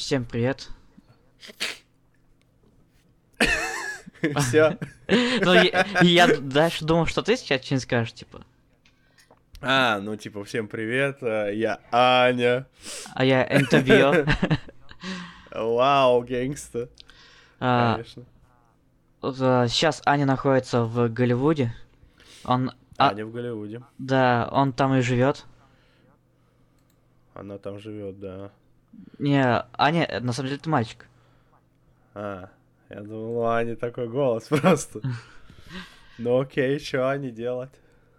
Всем привет. Все. Ну, я дальше думал, что ты сейчас что-нибудь скажешь, типа. Ну типа, всем привет, я Аня. А я Энтобио. Вау, гэнгста. Конечно. Сейчас Аня находится в Голливуде. Аня в Голливуде. Да, он там и живет. Она там живет, да. Не, Аня, на самом деле, это мальчик. Я думал, у Ани такой голос просто. Ну окей, что Ане делать?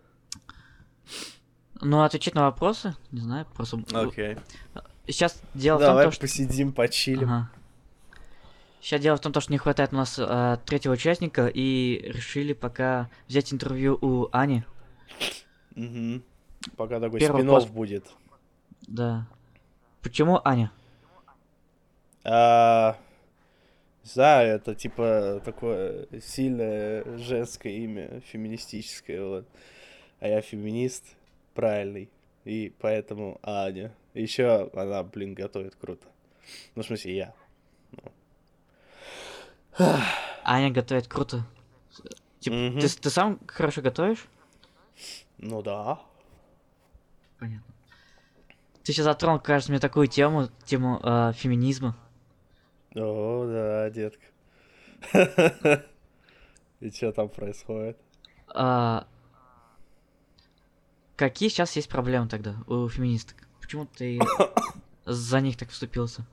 Ну, отвечать на вопросы, не знаю, просто... Окей. Сейчас дело Давай в том, что... посидим, почилим. Ага. Сейчас дело в том, что не хватает у нас третьего участника, и решили пока взять интервью у Ани. Угу. Пока такой Первый спин-офф пост. будет. Да. Почему Аня? Это типа такое сильное женское имя, феминистическое, вот. А я феминист, правильный. И поэтому Аня. Еще она, готовит круто. Ну, в смысле, я. Аня готовит круто. Типа, ты сам хорошо готовишь? Ну да. Понятно. Ты сейчас затронул, кажется, мне такую тему феминизма. О, да, детка. И что там происходит? Какие сейчас есть проблемы тогда у феминисток? Почему ты за них так вступился?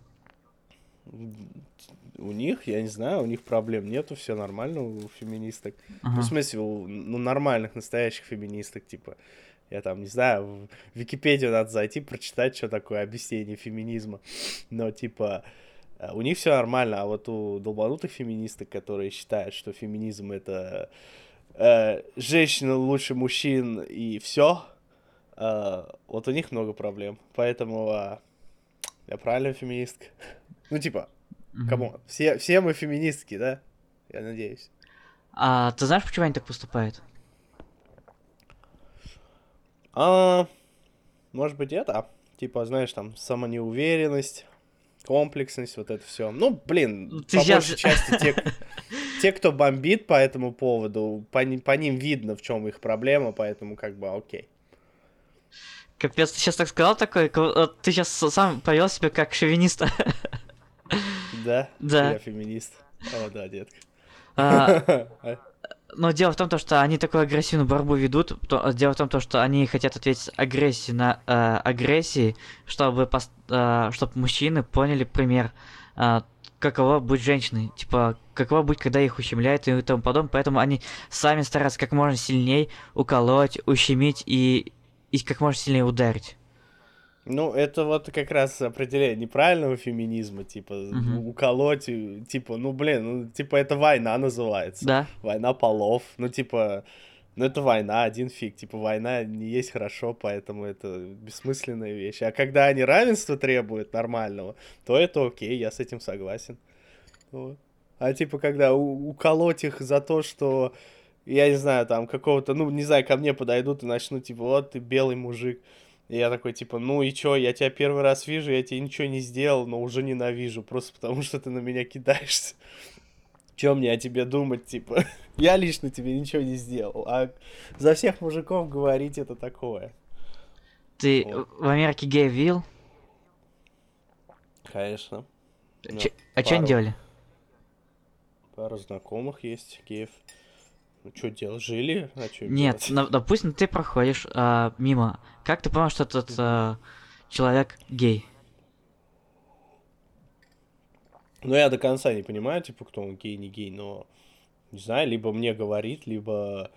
У них, я не знаю, у них проблем нету, все нормально у феминисток. Ага. Ну, в смысле, у нормальных, настоящих феминисток, типа, я там, не знаю, в Википедию надо зайти, прочитать, что такое объяснение феминизма. Но, типа, у них все нормально, а вот у долбанутых феминисток, которые считают, что феминизм это женщина лучше мужчин и все, вот у них много проблем. Поэтому я правильная феминистка. Ну, типа, камон, все мы феминистки, да? Я надеюсь. А ты знаешь, почему они так поступают? Может быть, это? Типа, знаешь, там, самонеуверенность, комплексность, вот это все. Ну, блин, Ты по сейчас... большей части те, кто бомбит по этому поводу, по ним видно, в чем их проблема, поэтому как бы окей. Капец, ты сейчас так сказал такой, ты сейчас сам повел себя как шовинист. Да? Да. Я феминист. О, да, детка. Но дело в том, что они такую агрессивную борьбу ведут. Дело в том, что они хотят ответить агрессией на агрессии, чтобы мужчины поняли пример, каково быть женщиной. Типа, каково быть, когда их ущемляют и тому подобное. Поэтому они сами стараются как можно сильнее уколоть, ущемить и как можно сильнее ударить. Ну, это вот как раз определение неправильного феминизма, типа, уколоть, типа, это война называется. Да. Война полов, это война, один фиг, типа, война не есть хорошо, поэтому это бессмысленная вещь. А когда они равенства требуют нормального, то это окей, я с этим согласен. Вот. А типа, когда уколоть их за то, что, я не знаю, там, какого-то, ко мне подойдут и начнут, типа, вот ты белый мужик. И я такой, типа, ну и чё, я тебя первый раз вижу, я тебе ничего не сделал, но уже ненавижу, просто потому что ты на меня кидаешься. Чё мне о тебе думать, типа, я лично тебе ничего не сделал, а за всех мужиков говорить это такое. Ты в Америке гей видел? Конечно. А что они делали? Пару знакомых есть, геев. Ну, что делать, жили? А что Нет, допустим, ты проходишь мимо. Как ты понял, что этот человек гей? Ну, я до конца не понимаю, типа, кто он, гей, не гей, но, не знаю, либо мне говорит, либо,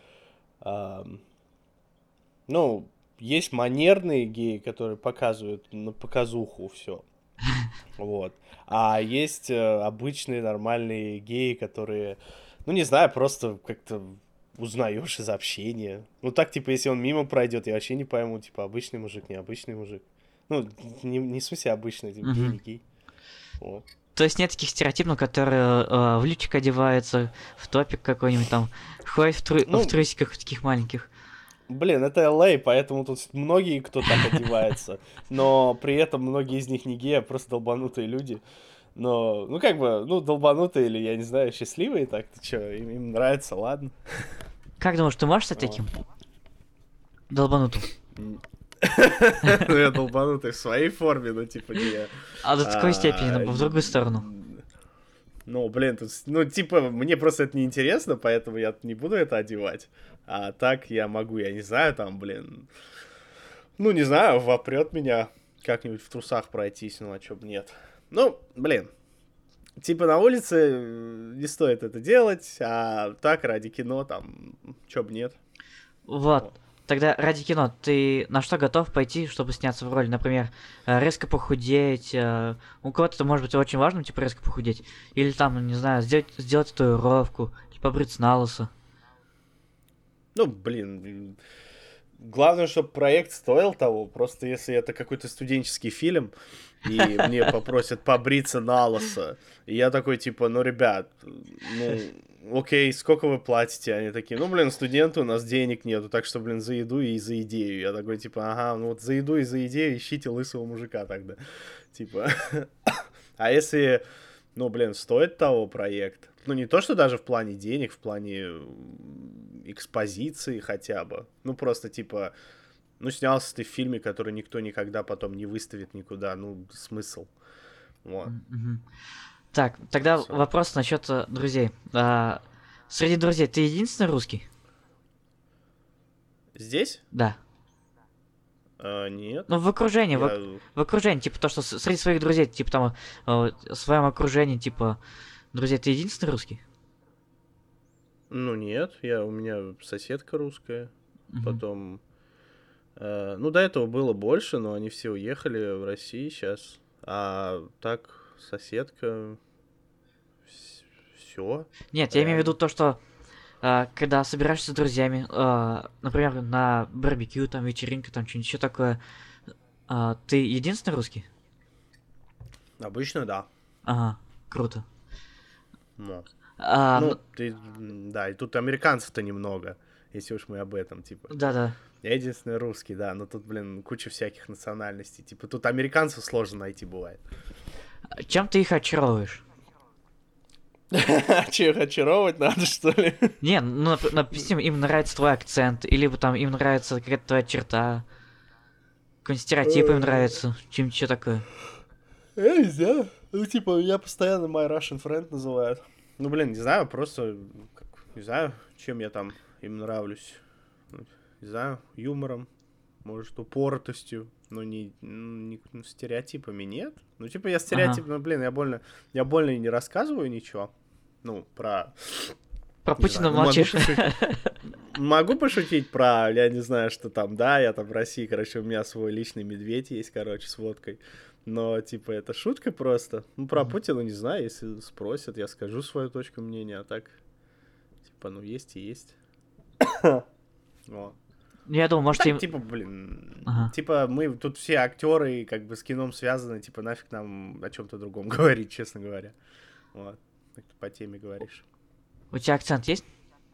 есть манерные геи, которые показывают на показуху все. Вот. А есть обычные нормальные геи, которые, не знаю, просто как-то узнаешь из общения. Ну так, типа, если он мимо пройдет, я вообще не пойму, типа, обычный мужик, необычный мужик. Ну, не в смысле обычный, типа, гей, не гей. Вот. То есть нет таких стереотипов, которые в лифчик одеваются, в топик какой-нибудь там, ходят в трусиках таких маленьких. Блин, это LA, поэтому тут многие, кто так одевается. Но при этом многие из них не геи, а просто долбанутые люди. Но, ну, как бы, ну, долбанутые или, я не знаю, счастливые, так, ты чё, им нравится, ладно. Как думаешь, ты можешь стать Вот. таким? Долбанутым. Ну, я долбанутый в своей форме, но, типа, не... А до такой степени, а, но в другую сторону. Ну, блин, тут, ну, типа, мне просто это неинтересно, поэтому я не буду это одевать. А так я могу, я не знаю, там, блин, ну, не знаю, вопрет меня как-нибудь в трусах пройтись, ну, а чё б нет. Ну, блин, типа на улице не стоит это делать, а так ради кино там, чё б нет. Вот. Вот. Тогда ради кино ты на что готов пойти, чтобы сняться в роли? Например, резко похудеть. У кого-то это может быть очень важно, типа резко похудеть. Или там, не знаю, сделать татуировку, или побриться на лысо. Ну, блин, главное, чтобы проект стоил того. Просто если это какой-то студенческий фильм, и мне попросят побриться на лысо, и я такой, типа, ну, ребят, ну, окей, сколько вы платите? Они такие, ну, блин, студенты, у нас денег нету, так что, блин, за еду и за идею. Я такой, типа, ага, ну вот за еду и за идею ищите лысого мужика тогда. Типа, а если, ну, блин, стоит того проект? Ну, не то, что даже в плане денег, в плане экспозиции хотя бы. Ну, просто, типа, ну, снялся ты в фильме, который никто никогда потом не выставит никуда. Ну, смысл. Вот. Мгм. Так, тогда Все. вопрос насчет друзей. Среди друзей ты единственный русский? Здесь? Да. Нет. Ну, в окружении, Я... в окружении, типа то, что среди своих друзей, типа там, в своем окружении, типа, друзей, ты единственный русский? Ну, нет. У меня соседка русская. Мгм. Потом... ну, до этого было больше, но они все уехали в Россию сейчас. А так, соседка... Все, Нет, я имею в виду реально. то, что когда собираешься с друзьями, например, на барбекю, там, вечеринка, там, что-нибудь еще такое, ты единственный русский? Обычно, да. Ага, круто. Но. Ну, Ну, ты, да, и тут американцев-то немного, если уж мы об этом, типа. да-да. Я единственный русский, да, но тут, блин, куча всяких национальностей. Типа, тут американцев сложно найти бывает. Чем ты их очаровываешь? А че, их очаровывать надо, что ли? Не, ну, допустим, им нравится твой акцент, или там им нравится какая-то твоя черта, какой-нибудь стереотип им нравится, чем-нибудь еще такое. Я не знаю. Ну, типа, меня постоянно my Russian friend называют. Ну, блин, не знаю, просто, не знаю, чем я там им нравлюсь. Ну, не знаю, юмором, может, упоротостью, но ну, стереотипами нет. Ну, типа, я Ага. стереотип, ну, блин, я больно и не рассказываю ничего. Ну, про, Про не знаю, Путина ну, могу молчишь. пошутить. Могу пошутить про, я не знаю, что там, да, я там в России, короче, у меня свой личный медведь есть, короче, с водкой. Но, типа, это шутка просто. Ну, про Мгм. Путина, не знаю, если спросят, я скажу свою точку мнения, а так, типа, ну, есть и есть. Вот. Ну, я думал, Ну, может, так, им... типа, блин, Ага. типа, мы тут все актеры, как бы, с кином связаны, типа, нафиг нам о чем-то другом говорить, честно говоря. Вот. Так ты по теме говоришь. У тебя акцент есть?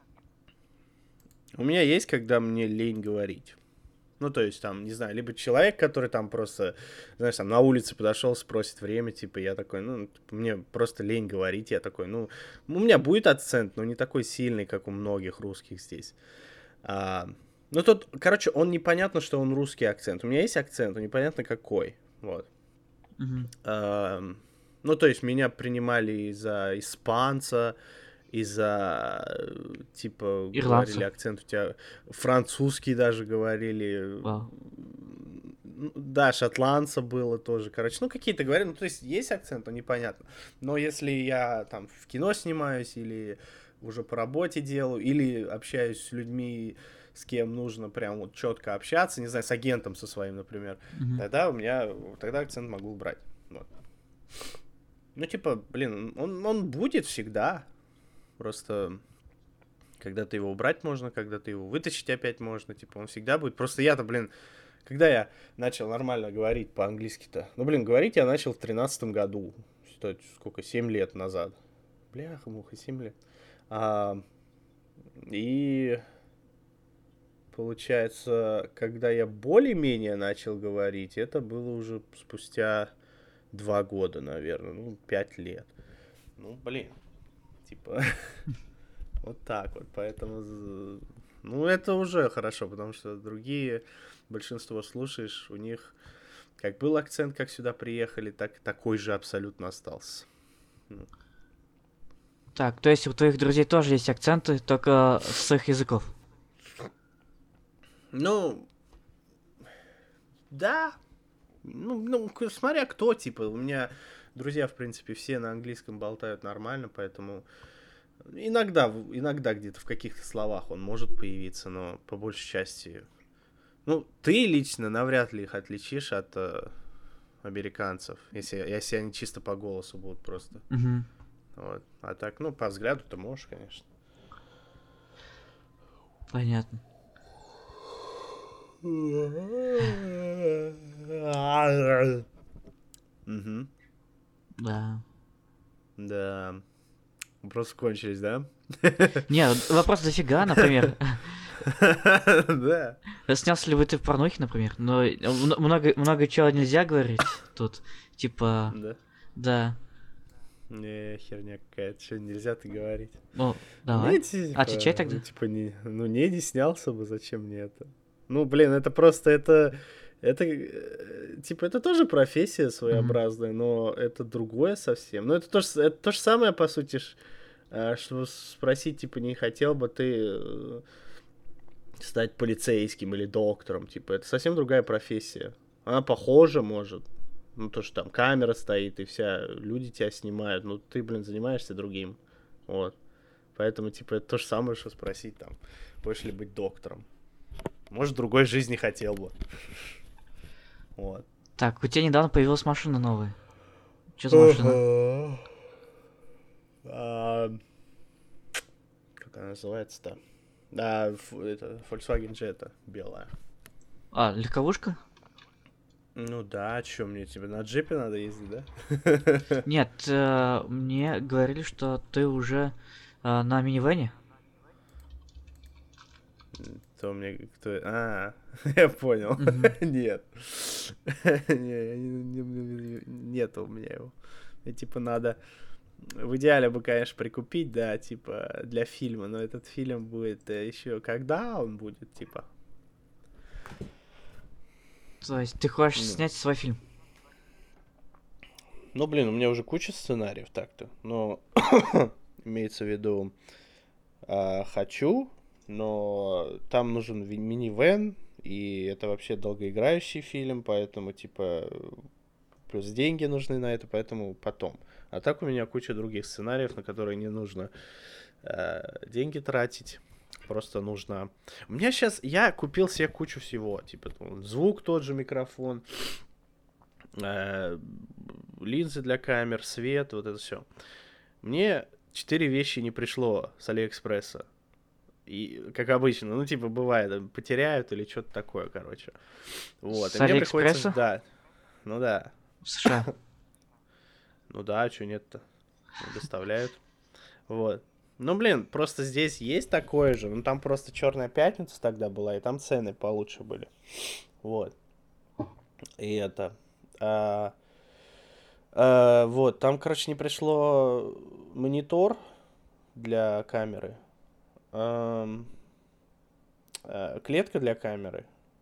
У меня есть, когда мне лень говорить. Ну, то есть, там, не знаю, либо человек, который там просто, знаешь, там на улице подошел, спросит время, типа, я такой, ну, типа, мне просто лень говорить, я такой, ну, у меня будет акцент, но не такой сильный, как у многих русских здесь. А, ну, тут, короче, он непонятно, что он русский акцент. У меня есть акцент, но непонятно какой, вот. Мгм. А, ну, то есть, меня принимали за испанца, из-за, типа, говорили, Ирландца. акцент у тебя французский даже говорили. Вау. Да, шотландца было тоже, короче. Ну, какие-то говорят, ну, то есть есть акцент, но непонятно. Но если я там в кино снимаюсь или уже по работе делаю, или общаюсь с людьми, с кем нужно прям вот четко общаться, не знаю, с агентом со своим, например, Мгм. тогда акцент могу убрать. Вот. Ну, типа, блин, он будет всегда. Просто когда-то его убрать можно, когда-то его вытащить опять можно. Типа, он всегда будет. Просто я-то, блин, когда я начал нормально говорить по-английски-то? Ну, блин, говорить я начал в 13-м году. Считать, сколько, 7 лет назад. Бляха-муха, 7 лет. А, и получается, когда я более-менее начал говорить, это было уже спустя 2 года, наверное, ну, 5 лет. Ну, блин, типа, вот так вот, поэтому, ну, это уже хорошо, потому что другие, большинство слушаешь, у них как был акцент, как сюда приехали, так такой же абсолютно остался. Так, то есть у твоих друзей тоже есть акценты, только с их языков. Ну, да, ну, смотря кто, типа, у меня друзья, в принципе, все на английском болтают нормально, поэтому иногда где-то в каких-то словах он может появиться, но по большей части, ну, ты лично навряд ли их отличишь от американцев, если они чисто по голосу будут просто. Угу. Вот. А так, ну, по взгляду ты можешь, конечно. Понятно. Угу. Да. Да. Вопросы кончились, да? Не, вопрос дофига, например. Да. Снялся ли бы ты в порнухе, например? Но много чего нельзя говорить тут. Типа, Да. да. Не, херня какая-то, что нельзя-то говорить. Ну, давай. Не, типа, Отвечай тогда. ну, типа, не снялся бы, зачем мне это? Ну, блин, это просто, типа, это тоже профессия своеобразная, но это другое совсем. Ну, это то же самое, по сути, что спросить, типа, не хотел бы ты стать полицейским или доктором, типа, это совсем другая профессия. Она похожа, может, ну, то, что там камера стоит, и люди тебя снимают, ну, ты, блин, занимаешься другим, вот. Поэтому, типа, это то же самое, что спросить, там, хочешь ли быть доктором. Может, другой жизни хотел бы. Вот. Так, у тебя недавно появилась машина новая. Что за машина? Как она называется-то? Да, это Volkswagen Jetta белая. А, легковушка? Ну да, что мне тебе на джипе надо ездить, да? Нет, мне говорили, что ты уже на минивэне. То мне кто... я понял. Нет. Нету у меня его. И типа надо... В идеале бы, конечно, прикупить, да, типа, для фильма, но этот фильм будет еще... Когда он будет, типа? То есть ты хочешь снять свой фильм? Ну, блин, у меня уже куча сценариев так-то, но имеется в виду хочу, но там нужен минивэн, и это вообще долгоиграющий фильм, поэтому, типа, плюс деньги нужны на это, поэтому потом. А так у меня куча других сценариев, на которые не нужно деньги тратить. Просто нужно... У меня сейчас... Я купил себе кучу всего. Типа, звук тот же, микрофон, линзы для камер, свет, вот это все. Мне 4 вещи не пришло с Алиэкспресса. И, как обычно, ну, типа, бывает, потеряют или что-то такое, короче. Вот. С И мне приходится Алиэкспресса? ждать. Ну да. В США. Ну да, а что нет-то? Доставляют. Вот. Ну, блин, просто здесь есть такое же. Ну, там просто Черная пятница тогда была, и там цены получше были. Вот. И это... вот, там, короче, не пришло монитор для камеры. Клетка для камеры.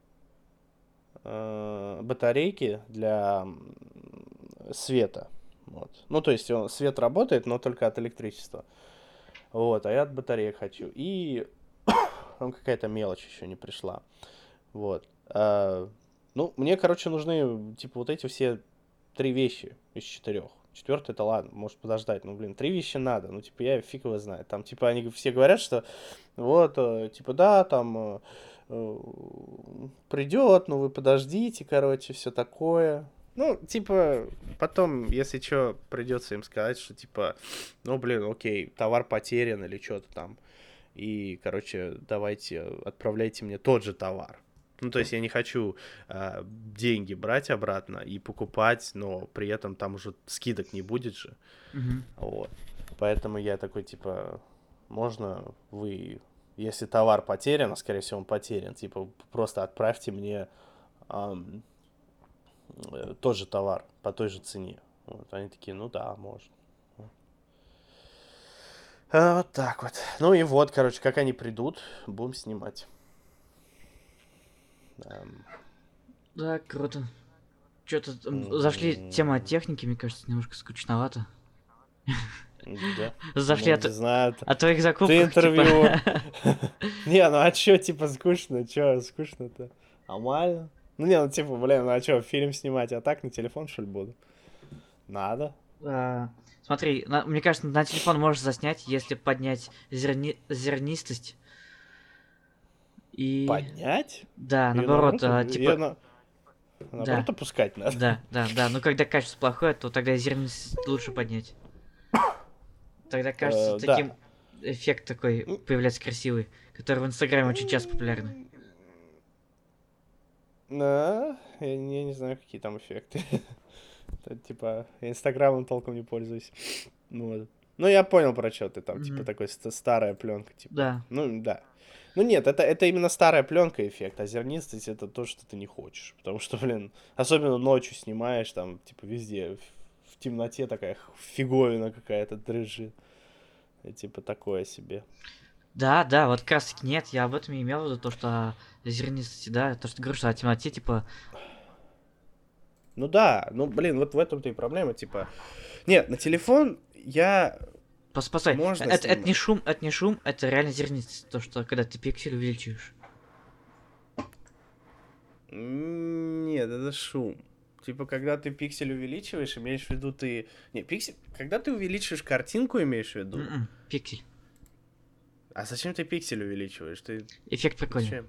Батарейки для света. Вот. Ну, то есть свет работает, но только от электричества. Вот, а я от батареек хочу. И там какая-то мелочь еще не пришла. Вот. Ну, мне, короче, нужны, типа, вот эти все 3 вещи из 4. 4 это ладно, может подождать. Ну, блин, 3 вещи надо. Ну, типа, я фиг его знает. Там, типа, они все говорят, что вот, типа, да, там придет, ну вы подождите, короче, все такое. Ну, типа, потом, если что, придется им сказать, что, типа, ну, блин, окей, товар потерян или что-то там. И, короче, давайте, отправляйте мне тот же товар. Ну, то есть я не хочу деньги брать обратно и покупать, но при этом там уже скидок не будет же. Мгм. Вот. Поэтому я такой, типа, можно вы Если товар потерян, а скорее всего он потерян, типа просто отправьте мне ам, тот же товар по той же цене. Вот, они такие, ну да, может. Вот так вот. Ну и вот, короче, как они придут, будем снимать. Да, круто. Что-то зашли тема техники, мне кажется, немножко скучновато. Да. Зашли Ну, не знаю. о твоих закупках. Ты интервью. Типа. Не, ну а чё, типа, скучно? Чё, скучно-то? Нормально. Ну не, ну типа, блин, ну а чё, фильм снимать? А так на телефон, что ли, буду? Надо. Смотри, мне кажется, на телефон можешь заснять, если поднять зернистость. И... Поднять? Да, Её наоборот, наоборот, типа... её наоборот, Да, опускать надо. да. Ну, когда качество плохое, то тогда зернистость лучше поднять. Тогда кажется, таким Да. эффект такой появляется красивый, который в Инстаграме очень часто популярный. Да, я не знаю, какие там эффекты. Это, типа, я Инстаграмом толком не пользуюсь. Ну, ну, я понял, про что ты там, типа, такой старая пленка, типа. Да. Ну, да. Ну, нет, это именно старая пленка эффект, а зернистость это то, что ты не хочешь. Потому что, блин, особенно ночью снимаешь, там, типа, везде, в темноте такая фиговина какая-то дрыжит. И, типа, такое себе. Да, вот как раз таки нет, я об этом и имел в виду, то, что зернистости, да, то, что ты говоришь, что о темноте, типа... Ну да, ну, блин, вот в этом-то и проблема, типа... Нет, на телефон я... Постой, Можно это не снимать. шум, это реально зернистость, то, что когда ты пиксель увеличиваешь. Нет, это шум. Типа, когда ты пиксель увеличиваешь, имеешь в виду ты... Не, пиксель... Когда ты увеличиваешь картинку, имеешь в виду? Пиксель. А зачем ты пиксель увеличиваешь? Ты... Эффект прикольный. Зачем?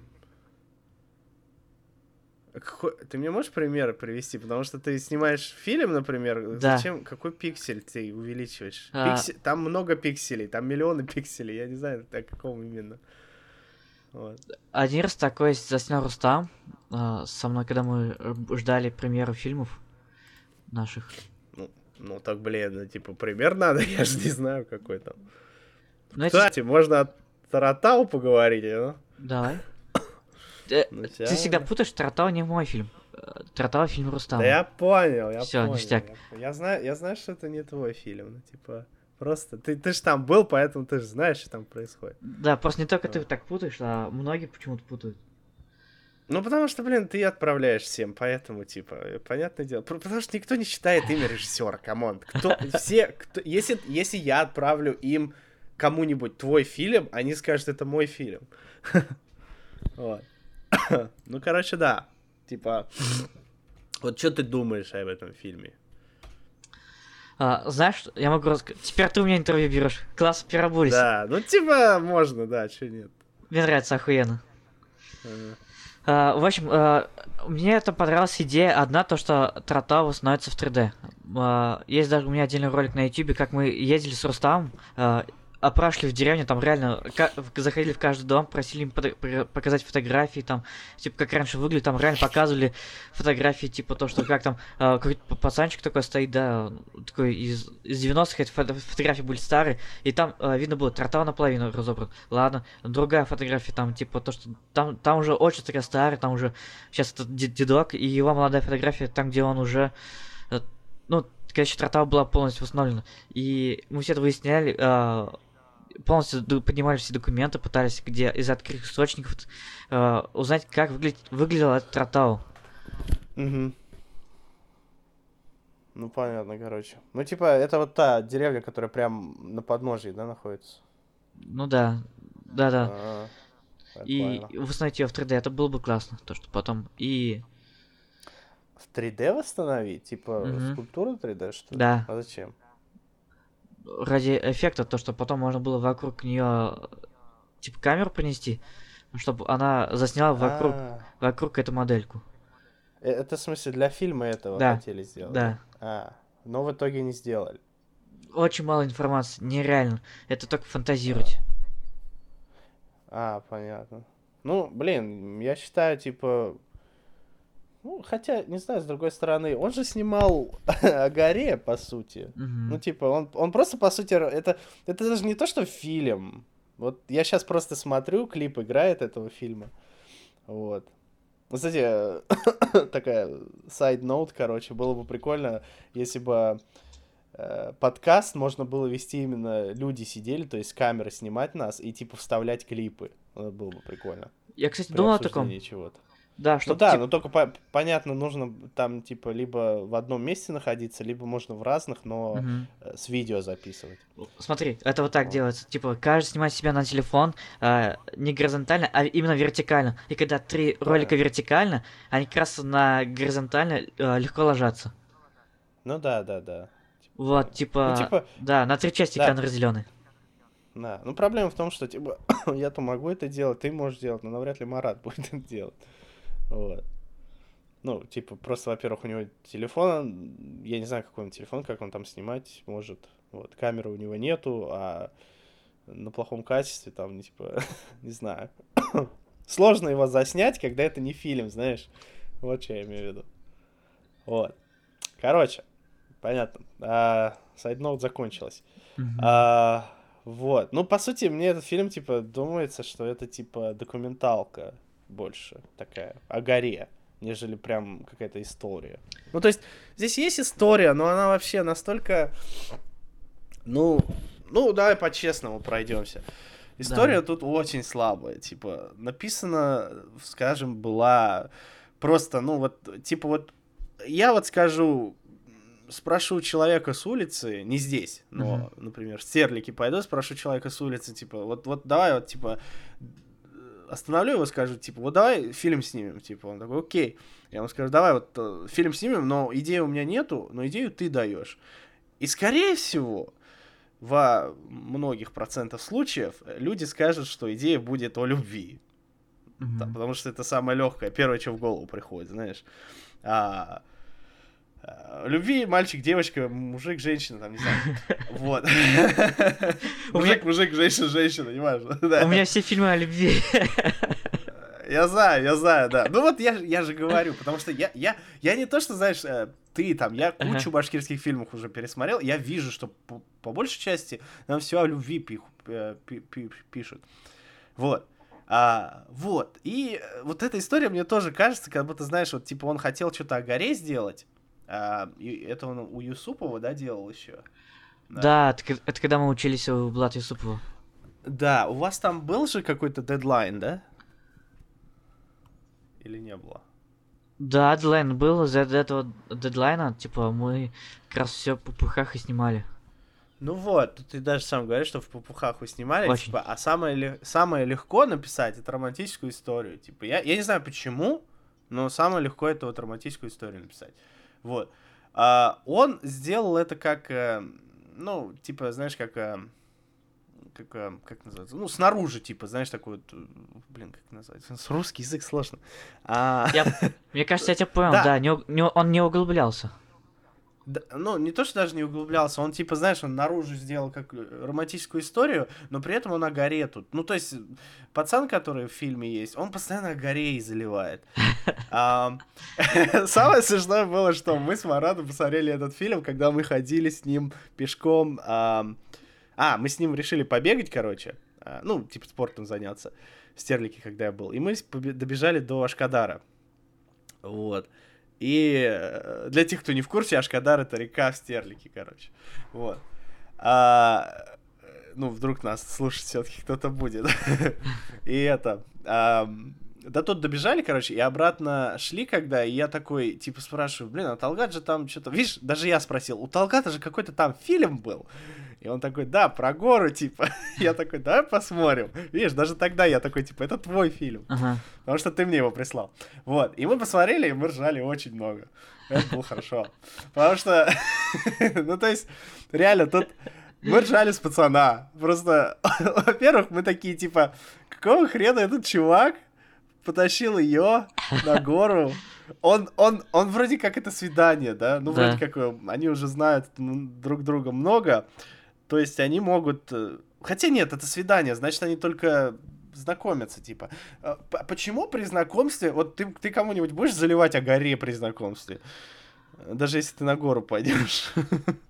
Ты мне можешь пример привести? Потому что ты снимаешь фильм, например, Да. зачем, какой пиксель ты увеличиваешь? Там много пикселей, там миллионы пикселей, я не знаю, о каком именно. Вот. Один раз такой заснял Рустам со мной, когда мы ждали премьеру фильмов наших. Ну так, блин, ну, типа, пример надо, я же не знаю, какой там. Знаете, Кстати, можно о Таратау поговорить, а? Давай. Ты всегда путаешь, Таратау не мой фильм. Таратау фильм Рустама. Да я понял, я Всё, понял. ништяк. Я знаю, что это не твой фильм, ну, типа, просто, ты ж там был, поэтому ты же знаешь, что там происходит. Да, просто не только ты так путаешь, а многие почему-то путают. Ну, потому что, блин, ты отправляешь всем, поэтому, типа, понятное дело. Потому что никто не читает имя режиссера, камон. Если я отправлю им кому-нибудь твой фильм, они скажут, это мой фильм. Вот. Ну, короче, да. Типа, вот что ты думаешь об этом фильме? Знаешь, я могу рассказать. Теперь ты у меня интервью берешь. Класс пирабулис. Да, ну, типа, можно, да, что нет. Мне нравится охуенно. В общем, мне это понравилась идея одна, то, что Таратау становится в 3D. Есть даже у меня отдельный ролик на YouTube, как мы ездили с Рустамом, опрашивали в деревне, там реально заходили в каждый дом, просили им показать фотографии, там, типа, как раньше выглядит, там реально показывали фотографии, типа, то, что как там какой-то пацанчик такой стоит, да, такой из 90-х, эти фотографии были старые, и там видно было Таратау наполовину разобран. Ладно, другая фотография, там, типа, то, что там уже очень такая старая, там уже сейчас этот дедок, и его молодая фотография, там, где он уже, ну, когда еще Таратау была полностью восстановлена. И мы все это выясняли, полностью поднимали все документы, пытались где из открытых источников узнать, как выглядел этот Таратау. Угу. Ну, понятно, короче. Ну, типа, это вот та деревня, которая прям на подножии, да, находится? Ну да. И Прикольно. восстановить ее в 3D, это было бы классно. То, что потом и... В 3D восстановить? Типа, скульптуру 3D, что ли? Да. А зачем? Ради эффекта, то, что потом можно было вокруг нее типа камеру принести, чтобы она засняла вокруг эту модельку. Это, в смысле, для фильма этого хотели сделать? Да. Но в итоге не сделали. Очень мало информации, нереально. Это только фантазировать. Понятно. Ну, блин, я считаю, типа... Ну, хотя, не знаю, с другой стороны, он же снимал о горе, по сути. Ну, типа, он просто, по сути, это даже не то, что фильм. Вот я сейчас просто смотрю, клип играет этого фильма. Вот. Кстати, такая сайд-ноут, короче, было бы прикольно, если бы подкаст можно было вести именно люди сидели, то есть камеры снимать нас и типа вставлять клипы. Это было бы прикольно. Я, кстати, При думал о таком. обсуждении чего-то. Да, Ну чтобы, да, но только понятно, нужно там типа либо в одном месте находиться, либо можно в разных, но с видео записывать. Смотри, это вот так Вот. делается. Типа, каждый снимает себя на телефон не горизонтально, а именно вертикально. И когда 3 ролика вертикально, они как раз на горизонтально легко ложатся. Ну да, да, да. Вот, Ну типа, типа, да, на 3 части да, экран разделенный. да. Ну проблема в том, что типа я-то могу это делать, ты можешь делать, но навряд ли Марат будет это делать. Вот. Ну, типа, просто, во-первых, у него телефон, я не знаю, какой он телефон, как он там снимать может. Вот, камеры у него нету, а на плохом качестве там, типа, не знаю. Сложно его заснять, когда это не фильм, знаешь. Вот что я имею в виду. Вот. Короче, понятно. Сайдноут закончилась. Вот. Ну, по сути, мне этот фильм, типа, думается, что это, типа, документалка больше такая, о горе, нежели прям какая-то история. Ну, то есть, здесь есть история, но она вообще настолько... Ну, давай по-честному пройдемся. История тут очень слабая, типа, написана, скажем, была просто, ну, вот, типа, вот, я вот скажу, спрошу человека с улицы, не здесь, но, например, в Стерлике пойду, спрошу человека с улицы, типа, вот давай, вот, типа, остановлю его, скажу, типа, вот давай фильм снимем, типа, он такой, окей. Я ему скажу, давай вот фильм снимем, но идеи у меня нету, но идею ты даешь. И, скорее всего, во многих процентах случаев люди скажут, что идея будет о любви. Да, потому что это самое легкое, первое, что в голову приходит, знаешь. Любви мальчик, девочка, мужик, женщина, там, не знаю. Вот. Мужик, женщина, не важно. У меня все фильмы о любви. Я знаю, да. Ну вот я же говорю, потому что я не то, что, знаешь, ты там, я кучу башкирских фильмов уже пересмотрел, я вижу, что по большей части нам все о любви пишут. Вот. Вот. И вот эта история мне тоже кажется, как будто, знаешь, вот типа он хотел что-то о горе сделать. И это он у Юсупова, да, делал еще? Да, это когда мы учились у Влада Юсупова. Да, у вас там был же какой-то дедлайн, да? Или не было? Да, дедлайн был, из-за этого дедлайна, типа, мы как раз все по пухах и снимали. Ну вот, ты даже сам говоришь, что в попухах вы снимали, Очень. типа, а самое легко написать это романтическую историю. Типа, я не знаю почему, но самое легко это вот романтическую историю написать. Вот. Он сделал это как, ну, типа, знаешь, как называется? Ну, снаружи, типа, знаешь, такой вот, блин, как называется? С русский язык сложно. Мне кажется, я тебя понял, да, он не углублялся. Да, ну, не то, что даже не углублялся, он, типа, знаешь, он наружу сделал как романтическую историю, но при этом он о горе тут. Ну, то есть, пацан, который в фильме есть, он постоянно о горе и заливает. Самое смешное было, что мы с Маратом посмотрели этот фильм, когда мы ходили с ним пешком. Мы с ним решили побегать, короче. Ну, типа, спортом заняться. В Стерлике, когда я был. И мы добежали до Ашкадара. Вот. И для тех, кто не в курсе, Ашкадар — это река в Стерлике, короче. Вот. Ну, вдруг нас слушать все-таки кто-то будет. И это... До тут добежали, короче, и обратно шли, когда, и я такой, типа, спрашиваю, блин, а Талгат же там что-то... Видишь, даже я спросил, у Талгата же какой-то там фильм был. И он такой, да, про гору, типа. Я такой, давай посмотрим. Видишь, даже тогда я такой, типа, это твой фильм. Потому что ты мне его прислал. Вот. И мы посмотрели, и мы ржали очень много. Это было хорошо. Потому что, ну, то есть, реально, тут мы ржали с пацана. Просто, во-первых, мы такие, типа, какого хрена этот чувак потащил ее на гору? Он вроде как это свидание, да? Ну, вроде как они уже знают друг друга много. То есть они могут... Хотя нет, это свидание, значит, они только знакомятся, типа. Почему при знакомстве... Вот ты кому-нибудь будешь заливать о горе при знакомстве? Даже если ты на гору пойдешь.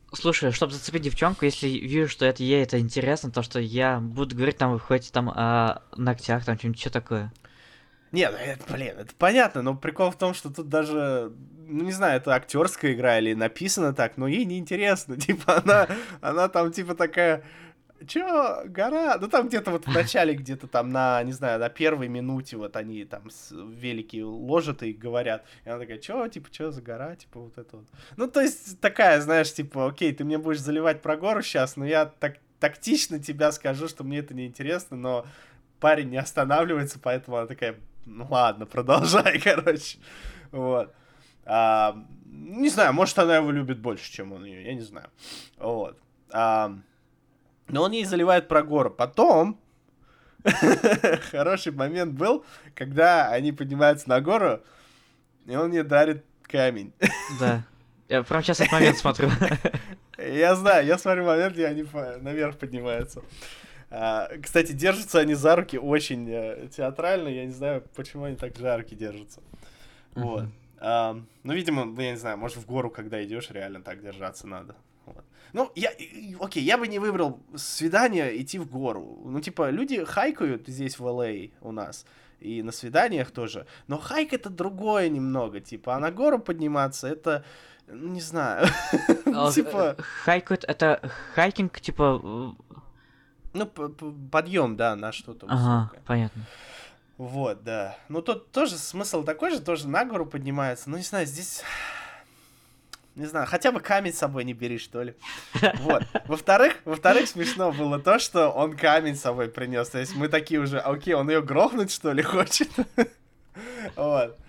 Слушай, чтобы зацепить девчонку, если вижу, что это ей это интересно, то что я буду говорить там, хоть там о ногтях, там что-нибудь что такое. Нет, ну это, блин, это понятно, но прикол в том, что тут даже, ну не знаю, это актерская игра или написано так, но ей неинтересно. Типа она там типа такая, чё, гора? Ну там где-то вот в начале, где-то там на, не знаю, на первой минуте вот они там велики ложат и говорят. И она такая, чё, типа, чё за гора? Типа вот это вот. Ну то есть такая, знаешь, типа, окей, ты мне будешь заливать про гору сейчас, но я так тактично тебя скажу, что мне это неинтересно, но парень не останавливается, поэтому она такая, ну ладно, продолжай, короче. Вот. Не знаю, может, она его любит больше, чем он ее, я не знаю. Вот. Но он ей заливает про гору. Потом хороший момент был, когда они поднимаются на гору, и он ей дарит камень. Да. Я прям сейчас этот момент смотрю. Я знаю, я смотрю момент, где они наверх поднимаются. Кстати, держатся они за руки очень театрально. Я не знаю, почему они так за руки держатся. Вот. Ну, видимо, я не знаю, может, в гору, когда идешь, реально так держаться надо. Вот. Ну, окей, я бы не выбрал свидание идти в гору. Ну, типа, люди хайкают здесь в Л.А. у нас. И на свиданиях тоже. Но хайк это другое немного. Типа, а на гору подниматься, это... Ну, не знаю. Типа... Хайкают, это хайкинг, типа... Ну, подъем, да, на что-то Ага, высокое. понятно. Вот, да. Ну, тут тоже смысл такой же, тоже на гору поднимается. Ну, не знаю, здесь... Не знаю, хотя бы камень с собой не бери, что ли. Вот. Во-вторых, смешно было то, что он камень с собой принес. То есть мы такие уже, окей, он ее грохнуть, что ли, хочет? Вот.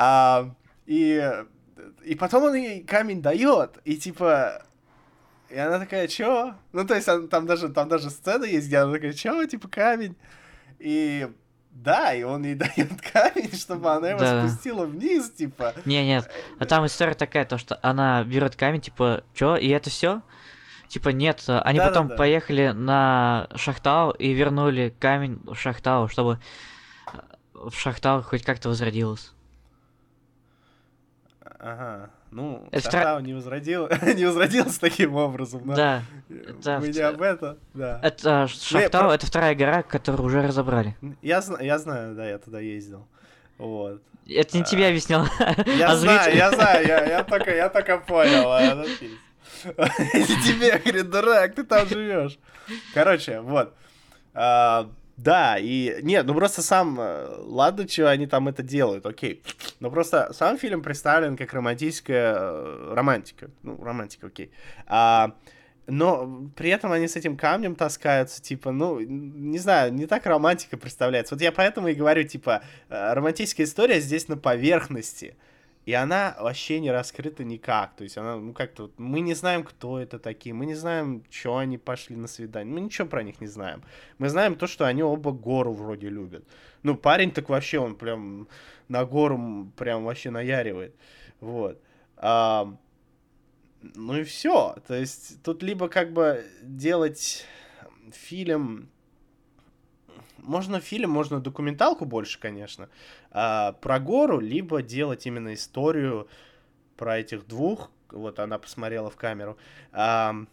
И потом он ей камень дает, и типа... И она такая, чё? Ну, то есть там даже сцена есть, где она такая, чё, типа, камень? И да, и он ей дает камень, чтобы она его спустила вниз, типа. Нет. А там история такая, то что она берет камень, типа, чё, и это все? Типа, нет, они потом поехали на Шахтау и вернули камень в Шахтау, чтобы в Шахтау хоть как-то возродилось. Ага. Ну, Шахтау не возродился таким образом, но да. Мы не об этом, да. Это Шахтау, это вторая гора, которую уже разобрали. Я знаю, да, я туда ездил. Вот. Это не тебе объяснял. Я знаю, я только понял. Если тебе, говорит, дурак, ты там живешь. Короче, вот. Да, и... Нет, ну просто сам... Ладно, что они там это делают, окей. Но просто сам фильм представлен как романтическая романтика. Ну, романтика, окей. Но при этом они с этим камнем таскаются, типа, ну, не знаю, не так романтика представляется. Вот я поэтому и говорю, типа, романтическая история здесь на поверхности. И она вообще не раскрыта никак. То есть она, ну как-то... Мы не знаем, кто это такие. Мы не знаем, что они пошли на свидание. Мы ничего про них не знаем. Мы знаем то, что они оба гору вроде любят. Ну, парень так вообще, он прям на гору прям вообще наяривает. Вот. Ну и все. То есть тут либо как бы делать фильм... Можно фильм, можно документалку больше, конечно, про гору, либо делать именно историю про этих двух. Вот она посмотрела в камеру. Но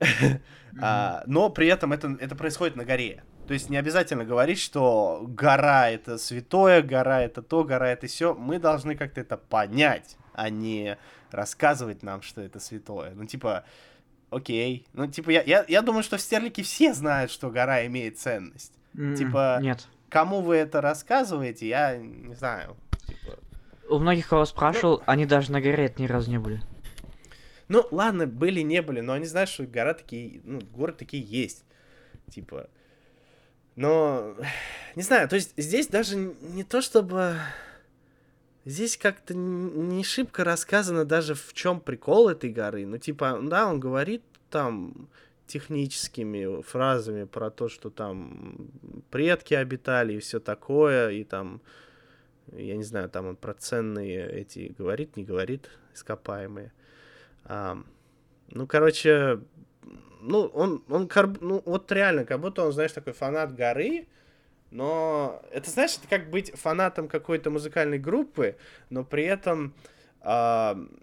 при этом это происходит на горе. То есть не обязательно говорить, что гора это святое, гора это то, гора это сё. Мы должны как-то это понять, а не рассказывать нам, что это святое. Ну, типа, окей. Ну, типа, я думаю, что в Стерлике все знают, что гора имеет ценность. Типа, нет. Кому вы это рассказываете, я не знаю. Типа... У многих, кого спрашивал, они даже на горе это ни разу не были. Ну, ладно, были, не были, но они знают, что горы такие есть. Типа... Но, не знаю, то есть здесь даже не то, чтобы... Здесь как-то не шибко рассказано даже, в чем прикол этой горы. Ну, типа, да, он говорит там техническими фразами про то, что там предки обитали и все такое, и там, я не знаю, там он про ценные эти говорит, не говорит, ископаемые. Ну, короче, ну, он вот реально, как будто он, знаешь, такой фанат горы, но это, знаешь, это как быть фанатом какой-то музыкальной группы, но при этом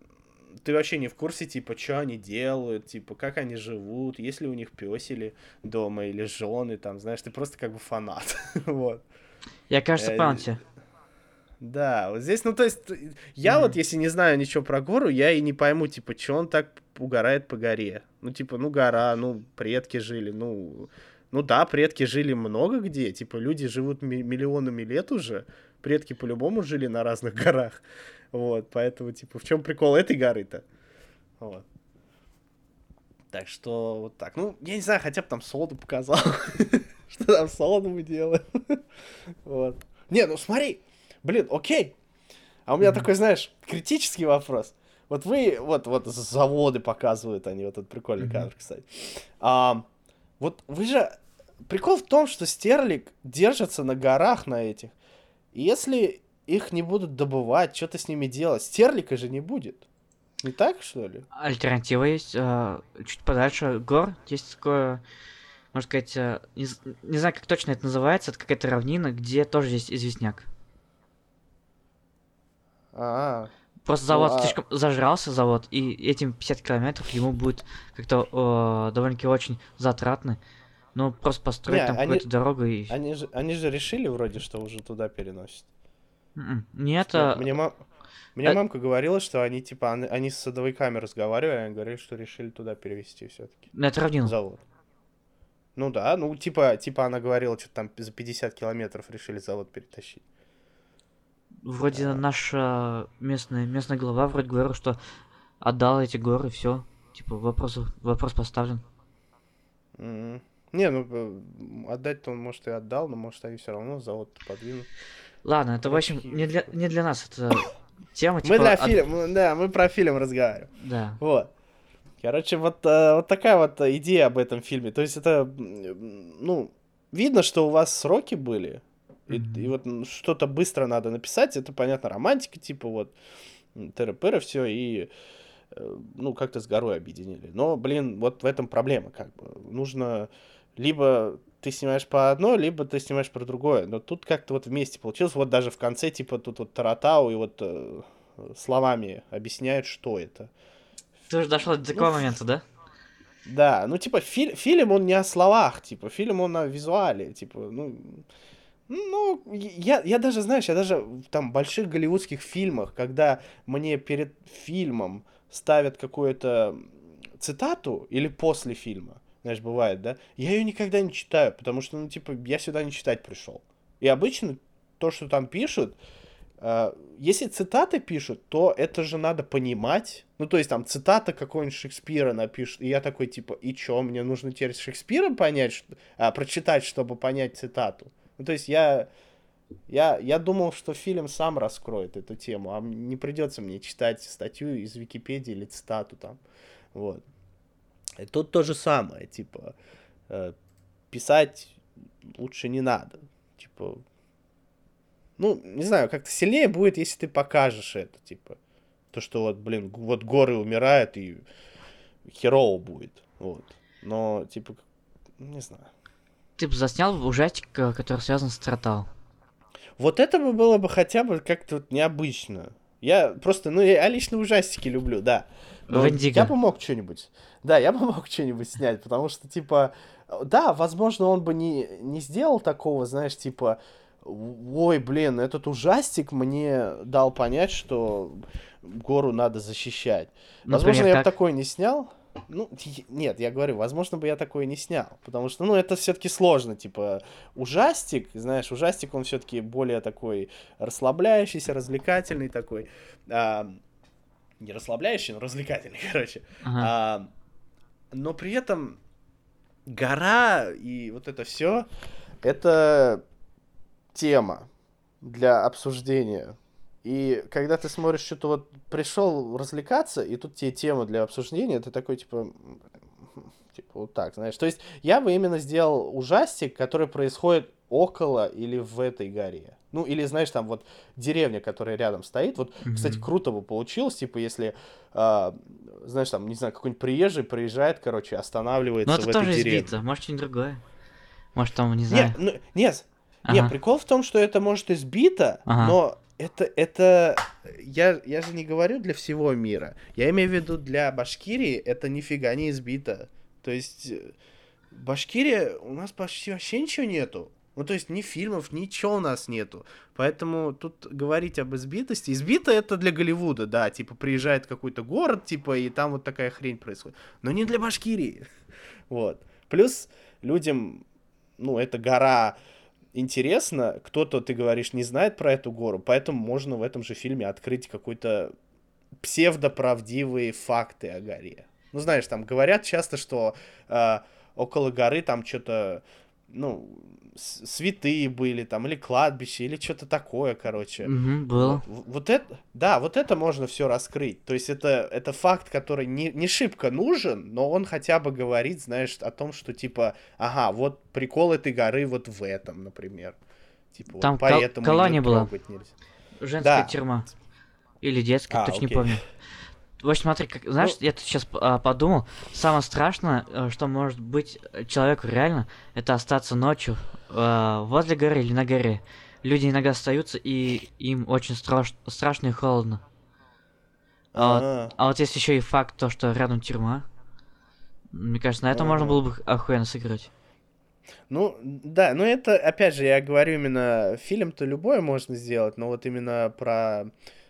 ты вообще не в курсе, типа, что они делают, типа, как они живут, есть ли у них пёсели дома или жены, там, знаешь, ты просто как бы фанат, вот. Я, кажется, понял тебя. Да, вот здесь, ну, то есть, я вот, Мгм. если не знаю ничего про гору, я и не пойму, типа, что он так угорает по горе. Ну, типа, ну, гора, ну, предки жили, ну да, предки жили много где, типа, люди живут миллионами лет уже, предки по-любому жили на разных горах, вот, поэтому, типа, в чем прикол этой горы-то? Вот. Так что, вот так. Ну, я не знаю, хотя бы там Солоду показал, что там Солоду мы делаем, вот. Не, ну, смотри, блин, окей. А у меня Мгм. такой, знаешь, критический вопрос. Вот вы, вот заводы показывают они, вот этот прикольный Мгм. кадр, кстати. А, вот вы же... Прикол в том, что стерлик держится на горах на этих. И если их не будут добывать, что-то с ними делать, стерлика же не будет. Не так, что ли? Альтернатива есть. Чуть подальше гор есть такое, можно сказать, не знаю, как точно это называется, это какая-то равнина, где тоже есть известняк. А, Просто ну завод слишком зажрался, завод, и этим 50 километров ему будет как-то довольно-таки очень затратно. Ну, просто не, построить там какую-то дорогу и... они же решили вроде, что уже туда переносят. Нет, Что мне э, мамка говорила, что они, типа, они с садовиками разговаривали, они говорили, что решили туда перевести все-таки это равнину. завод. Ну да, ну типа она говорила, что там за 50 километров решили завод перетащить. Вроде А, наша местная глава вроде говорил, что отдал эти горы, все. Типа, вопрос поставлен. м. Не, ну отдать-то он, может, и отдал, но может они все равно завод подвинут. Ладно, это, в Короче, общем, не для нас это тема, мы типа, для фильма, да, мы про фильм разговариваем. да. Вот. Короче, вот такая вот идея об этом фильме. То есть это, ну, видно, что у вас сроки были, и Мгм. вот что-то быстро надо написать, это, понятно, романтика, типа вот тыры-пыры, все, и, ну, как-то с горой объединили. Но, блин, вот в этом проблема, как бы. Нужно либо ты снимаешь по одной, либо ты снимаешь про другое. Но тут как-то вот вместе получилось. Вот даже в конце, типа, тут вот Таратау и вот словами объясняют, что это. Ты уже дошел до Ну, такого момента, да? да, ну, типа, фильм, он не о словах, типа, фильм, он о визуале, типа, я даже, знаешь, я даже в там больших голливудских фильмах, когда мне перед фильмом ставят какую-то цитату или после фильма, знаешь, бывает, да, я ее никогда не читаю, потому что, ну, типа, я сюда не читать пришел. И обычно то, что там пишут, если цитаты пишут, то это же надо понимать. Ну, то есть там цитата какого-нибудь Шекспира напишут, и я такой, типа, и чё, мне нужно теперь Шекспира понять, прочитать, чтобы понять цитату? Ну, то есть я думал, что фильм сам раскроет эту тему, а не придется мне читать статью из Википедии или цитату там. Вот. И тут то же самое, типа, э, писать лучше не надо. Типа, ну, не знаю, как-то сильнее будет, если ты покажешь это, типа. То, что вот, блин, вот горы умирают, и херово будет. Вот. Но, типа, не знаю. Ты бы заснял ужастик, который связан с Тротал. Вот это бы было бы хотя бы как-то вот необычно. Я просто, ну, я лично ужастики люблю, да. Но я Вендиго. бы мог что-нибудь, да, я бы мог что-нибудь снять, потому что, типа, да, возможно, он бы не сделал такого, знаешь, типа, ой, блин, этот ужастик мне дал понять, что гору надо защищать. Возможно, Например, я бы как? такое не снял. Ну, нет, я говорю, возможно бы я такое не снял, потому что, ну, это все-таки сложно, типа, ужастик, знаешь, ужастик, он все-таки более такой расслабляющийся, развлекательный такой, а, не расслабляющий, но развлекательный, короче, Ага. а, но при этом гора и вот это все, это тема для обсуждения. И когда ты смотришь, что-то вот пришел развлекаться, и тут тебе тема для обсуждения, ты такой, типа вот так, знаешь. То есть я бы именно сделал ужастик, который происходит около или в этой горе. Ну, или, знаешь, там вот деревня, которая рядом стоит. Вот, кстати, Мгм. круто бы получилось, типа, если, а, знаешь, там, не знаю, какой-нибудь приезжий приезжает, короче, Ну, останавливается это в этой тоже деревне. избито. Может, что-нибудь другое. Может, там, не Не, знаю. ну, нет, не, Ага. прикол в том, что это может избито, Ага. но Это я же не говорю для всего мира. Я имею в виду для Башкирии это нифига не избито. То есть Башкирия у нас почти вообще ничего нету. Ну, то есть ни фильмов, ничего у нас нету. Поэтому тут говорить об избитости... Избито это для Голливуда, да. Типа приезжает какой-то город, типа, и там вот такая хрень происходит. Но не для Башкирии. Вот. Плюс людям, ну, эта гора интересна. Кто-то, ты говоришь, не знает про эту гору. Поэтому можно в этом же фильме открыть какой-то псевдоправдивые факты о горе. Ну, знаешь, там говорят часто, что около горы там что-то, ну, святые были там, или кладбище, или что-то такое, короче. Было. Вот это, да, вот это можно все раскрыть. То есть это факт, который не шибко нужен, но он хотя бы говорит, знаешь, о том, что типа, ага, вот прикол этой горы вот в этом, например. Типа Там вот поэтому ее колония была. трогать нельзя. Женская Да. тюрьма. Или детская, точно не Окей. помню. В общем, смотри, знаешь, Ну, я тут сейчас подумал, самое страшное, что может быть человеку реально, это остаться ночью возле горы или на горе. Люди иногда остаются, и им очень страшно и холодно. а, А вот есть еще и факт, то, что рядом тюрьма. Мне кажется, на этом можно ага. было бы охуенно сыграть. Ну, да, но это, опять же, я говорю именно, фильм-то любой можно сделать, но вот именно про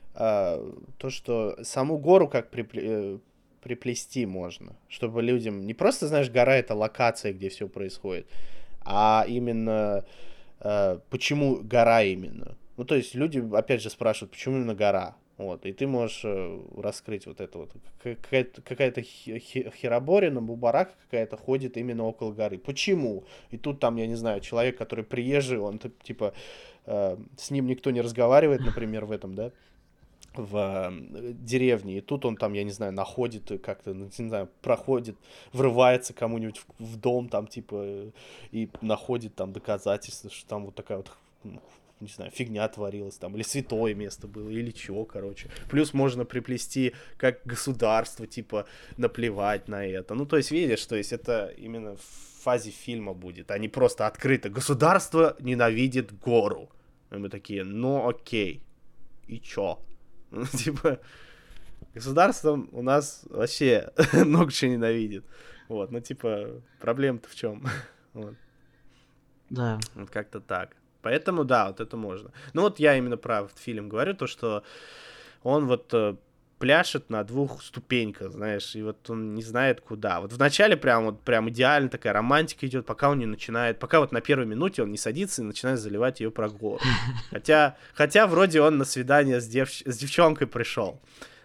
то, что саму гору как приплести можно, чтобы людям, не просто, знаешь, гора — это локация, где все происходит, а именно почему гора именно. Ну, то есть люди, опять же, спрашивают, почему именно гора. Вот, и ты можешь раскрыть вот это вот. Какая-то хероборина, бубарака какая-то ходит именно около горы. Почему? И тут там, я не знаю, человек, который приезжий, он типа с ним никто не разговаривает, например, в этом, да, в деревне, и тут он там, я не знаю, находит как-то, ну, не знаю, проходит, врывается кому-нибудь в дом, там, типа, и находит там доказательства, что там вот такая вот, ну, не знаю, фигня творилась там, или святое место было, или чего, короче. Плюс можно приплести как государство, типа, наплевать на это. Ну, то есть, видишь, то есть это именно в фазе фильма будет, а не просто открыто. Государство ненавидит гору. И мы такие, ну, окей. И чё? Ну, типа, государство у нас вообще много чего ненавидит. Вот, ну, типа, проблема-то в чем? Вот. Да. Вот как-то так. Поэтому, да, вот это можно. Ну, вот я именно про этот фильм говорю, то, что он вот пляшет на двух ступеньках, знаешь, и вот он не знает куда. Вот вначале прям идеально такая романтика идет, пока он не начинает, пока вот на первой минуте он не садится и начинает заливать ее про гору. Хотя вроде он на свидание с девчонкой пришел.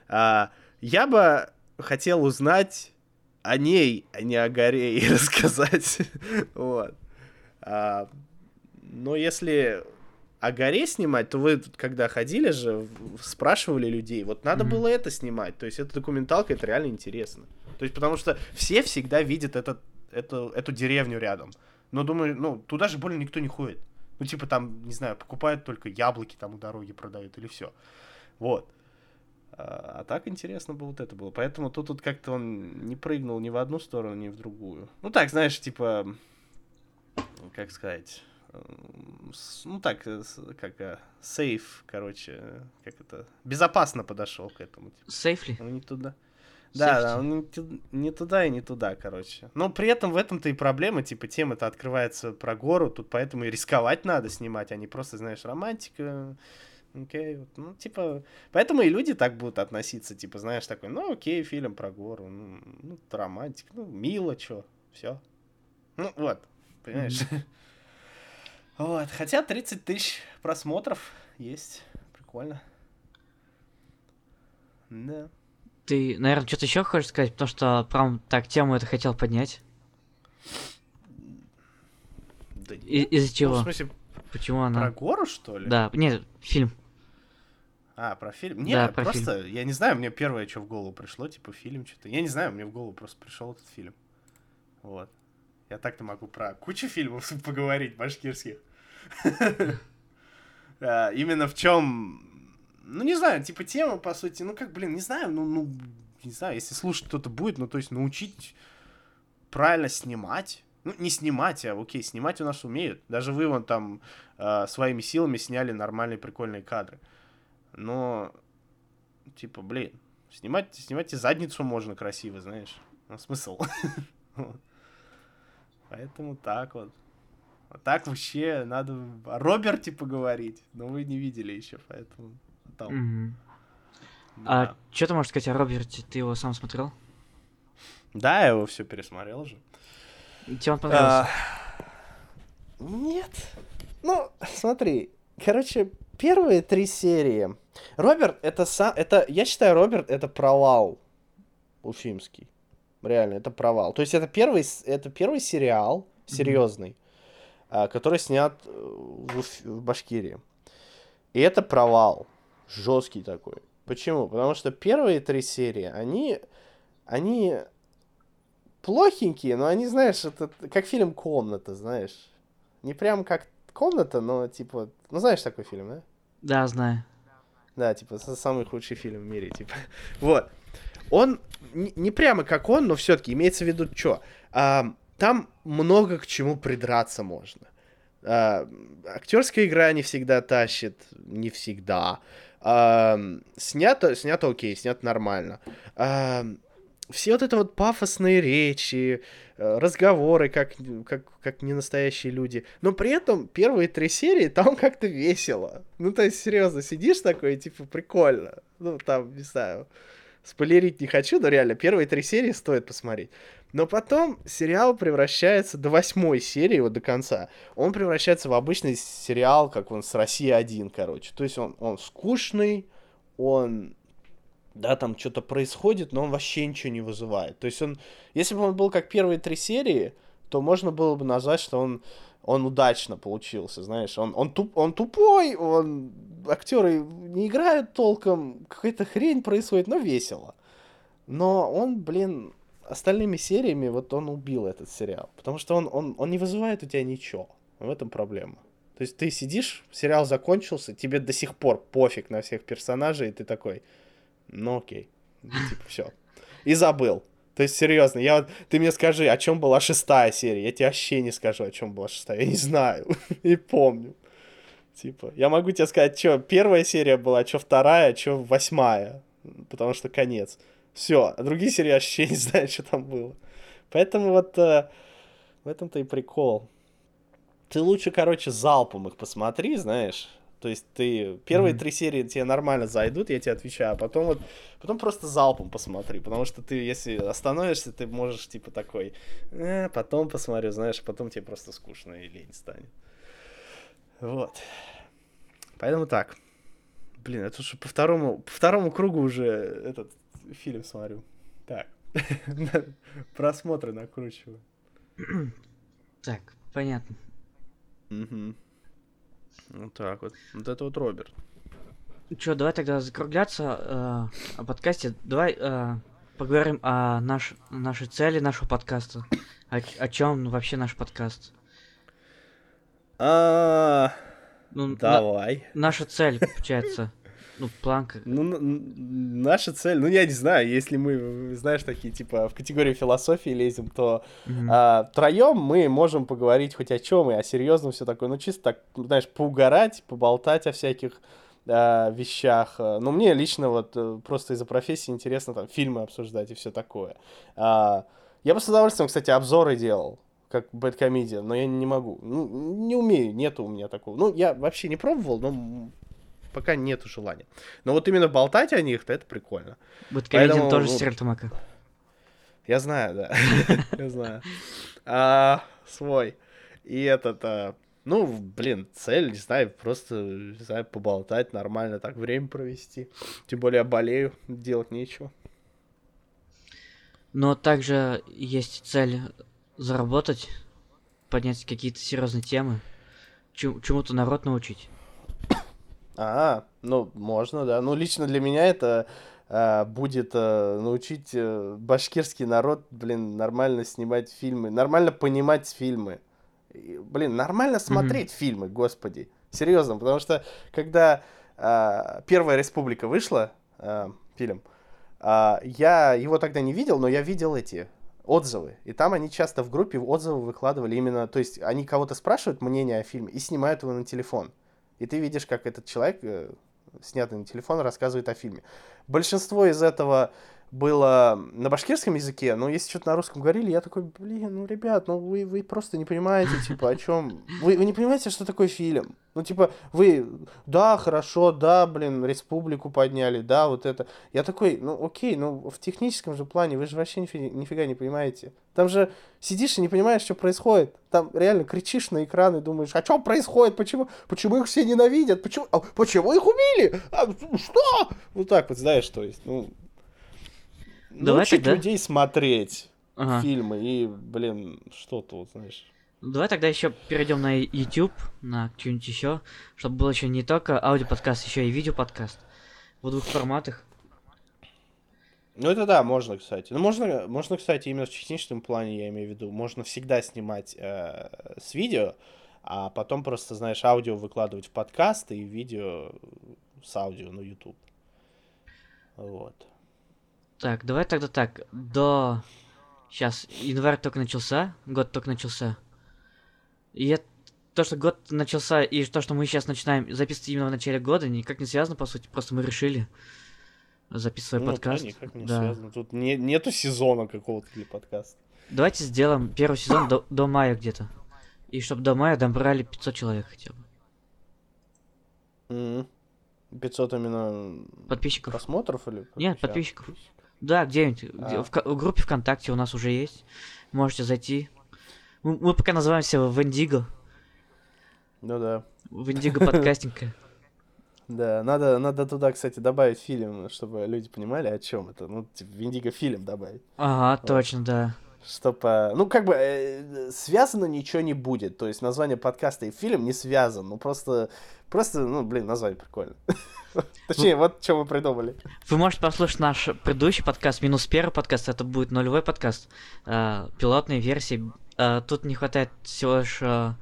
Я бы хотел узнать о ней, а не о горе, и рассказать. Вот. Но если о горе снимать, то вы, когда ходили же, спрашивали людей, вот надо было это снимать. То есть эта документалка, это реально интересно. То есть потому что все всегда видят эту деревню рядом. Но думаю, ну, туда же больше никто не ходит. Ну, типа там, не знаю, покупают только яблоки там у дороги продают или все. Вот. А так интересно бы вот это было. Поэтому тут как-то он не прыгнул ни в одну сторону, ни в другую. Ну так, знаешь, типа, как сказать, ну так, как сейф, короче, как это, безопасно подошел к этому. Типа. Сейфли? Он не туда. Да, он не туда и не туда, короче. Но при этом в этом-то и проблема, типа, тема-то открывается про гору, тут поэтому и рисковать надо снимать, а не просто, знаешь, романтика. Окей, вот, ну, типа, поэтому и люди так будут относиться, типа, знаешь, такой, ну, окей, фильм про гору, ну романтик, ну, мило, чё, все. Ну, вот, понимаешь? Вот, хотя 30 тысяч просмотров есть, прикольно. Да. Ты, наверное, что-то еще хочешь сказать, потому что прям так тему это хотел поднять. Да Из-за чего? Ну, в смысле, Почему она? про гору, что ли? Да, нет, фильм. Про фильм? Да, Нет, про просто, фильм. я не знаю, мне первое, что в голову пришло, типа, фильм что-то. Я не знаю, мне в голову просто пришел этот фильм. Вот. Я так-то могу про кучу фильмов поговорить башкирских. Именно в чем, ну, не знаю, типа, тема, по сути, ну, как, блин, не знаю, ну, не знаю, если слушать кто-то будет, ну, то есть научить правильно снимать. Ну, не снимать, а окей, снимать у нас умеют. Даже вы вон там своими силами сняли нормальные прикольные кадры. но, типа, блин, снимать и задницу можно красиво, знаешь. Ну, смысл. Вот. Поэтому так вот. А так вообще надо о Роберте поговорить, но вы не видели еще, поэтому там, Мгм. А да. что ты можешь сказать о Роберте? Ты его сам смотрел? Да, я его все пересмотрел уже. Тебе он понравился? А, Нет. Ну, смотри. Короче, первые 3 серии. Роберт, я считаю, Роберт это провал уфимский. Реально, это провал. То есть это первый сериал Мгм. серьезный, который снят в Башкирии. И это провал. Жесткий такой. Почему? Потому что первые 3 серии, они плохенькие, но они, знаешь, это как фильм «Комната», знаешь. Не прям как «Комната», но типа... Ну, знаешь такой фильм, да? Да, знаю. Да, типа, самый худший фильм в мире, типа. Вот. Он не прямо как он, но все-таки имеется в виду, что там много к чему придраться можно. Актерская игра не всегда тащит, не всегда. Снято окей, снято нормально. Все вот это вот пафосные речи, разговоры, как не настоящие люди. Но при этом первые 3 серии там как-то весело. Ну, то есть, серьезно, сидишь такой, типа, прикольно. Ну, там, не знаю, спойлерить не хочу, но реально, первые 3 серии стоит посмотреть. Но потом сериал превращается до 8 серии, вот до конца, он превращается в обычный сериал, как он с России-1, короче. То есть он скучный, он... Да, там что-то происходит, но он вообще ничего не вызывает. То есть если бы он был как первые 3 серии, то можно было бы назвать, что он удачно получился, знаешь. Он тупой, актеры не играют толком, какая-то хрень происходит, но весело. Но он, блин, остальными сериями, вот он убил этот сериал. Потому что он не вызывает у тебя ничего. В этом проблема. То есть ты сидишь, сериал закончился, тебе до сих пор пофиг на всех персонажей, и ты такой, ну окей, типа все. И забыл. То есть, серьезно, ты мне скажи, о чем была 6-я серия. Я тебе вообще не скажу, о чем была 6-я. Я не знаю, не помню. Типа, я могу тебе сказать, что первая серия была, что 2-я, что 8-я. Потому что конец. Все, а другие серии я вообще не знаю, что там было. Поэтому вот в этом-то и прикол. Ты лучше, короче, залпом их посмотри, знаешь. То есть ты первые Мгм. 3 серии тебе нормально зайдут, я тебе отвечаю, а потом просто залпом посмотри, потому что ты, если остановишься, ты можешь типа такой, потом посмотрю, знаешь, потом тебе просто скучно и лень станет. Вот. Поэтому так. Блин, это уже по второму кругу уже этот фильм смотрю. Так. Просмотры накручиваю. Так, понятно. Угу. Вот так вот. Вот это вот Роберт. Чё, давай тогда закругляться о подкасте. Давай поговорим о нашей цели нашего подкаста. О чем вообще наш подкаст? А, Ну, Давай. наша цель, получается. Ну, планка. Ну, наша цель, ну, я не знаю, если мы, знаешь, такие, типа, в категорию философии лезем, то Мгм. втроем мы можем поговорить хоть о чем и о серьезном все такое, ну, чисто так, знаешь, поугарать, поболтать о всяких вещах. Но мне лично вот просто из-за профессии интересно там фильмы обсуждать и все такое. Я бы с удовольствием, кстати, обзоры делал, как Бэдкомедиан, но я не могу. Ну, не умею, нету у меня такого. Ну, я вообще не пробовал, но пока нету желания. Но вот именно болтать о них-то это прикольно. Бэдкомедиан Поэтому, тоже ну, сериал Тумака. я знаю, да. Я знаю. Свой. И ну, блин, цель, не знаю, просто, не знаю, поболтать нормально, так время провести. Тем более я болею, делать нечего. Но также есть цель заработать, поднять какие-то серьезные темы, чему-то народ научить. Ну, можно, да. Ну, лично для меня это будет научить башкирский народ, блин, нормально снимать фильмы, нормально понимать фильмы. Блин, нормально Мгм. смотреть фильмы, господи. Серьезно, потому что когда Первая Республика вышла, фильм, я его тогда не видел, но я видел эти отзывы. И там они часто в группе отзывы выкладывали именно, то есть они кого-то спрашивают мнение о фильме и снимают его на телефон. И ты видишь, как этот человек снятый на телефон, рассказывает о фильме. Большинство из этого было на башкирском языке, но если что-то на русском говорили, я такой, блин, ну, ребят, ну, вы просто не понимаете, типа, о чем... Вы не понимаете, что такое фильм? Ну, типа, вы, да, хорошо, да, блин, республику подняли, да, вот это. Я такой, ну, окей, ну, в техническом же плане вы же вообще нифига не понимаете. Там же сидишь и не понимаешь, что происходит. Там реально кричишь на экран и думаешь, а что происходит, почему их все ненавидят, почему их убили, что? Вот так вот, знаешь, то есть, ну... Давай Научить тогда. людей смотреть Ага. фильмы и, блин, что-то, вот, знаешь. Давай тогда еще перейдем на YouTube, на что-нибудь еще, чтобы был еще не только аудиоподкаст, еще и видеоподкаст в двух форматах. Ну, это да, можно, кстати. Ну, можно, кстати, именно в техническом плане, я имею в виду, можно всегда снимать с видео, а потом просто, знаешь, аудио выкладывать в подкаст и видео с аудио на YouTube. Вот. Так, давай тогда так. Сейчас, январь только начался, год только начался. То, что год начался, и то, что мы сейчас начинаем записывать именно в начале года, никак не связано, по сути. Просто мы решили записывать Ну, да, подкаст. никак не Да. связано. Тут нету сезона какого-то для подкаста. Давайте сделаем первый сезон до мая где-то. И чтобы до мая добрали 500 человек хотя бы. 500 именно Подписчиков. просмотров или... Нет, подписчиков. Да, где-нибудь. В группе ВКонтакте у нас уже есть. Можете зайти. Мы пока называемся в Индиго. Ну да. В Индиго подкастинга. Да, надо туда, кстати, добавить фильм, чтобы люди понимали, о чем это. Ну, типа, в Индиго фильм добавить. Ага, Вот. точно, да. Чтобы, ну, как бы, связано ничего не будет. То есть название подкаста и фильм не связан. Ну, просто, ну, блин, название прикольно. Точнее, вот что мы придумали. Вы можете послушать наш предыдущий подкаст, минус первый подкаст, это будет нулевой подкаст, пилотной версии. Тут не хватает всего лишь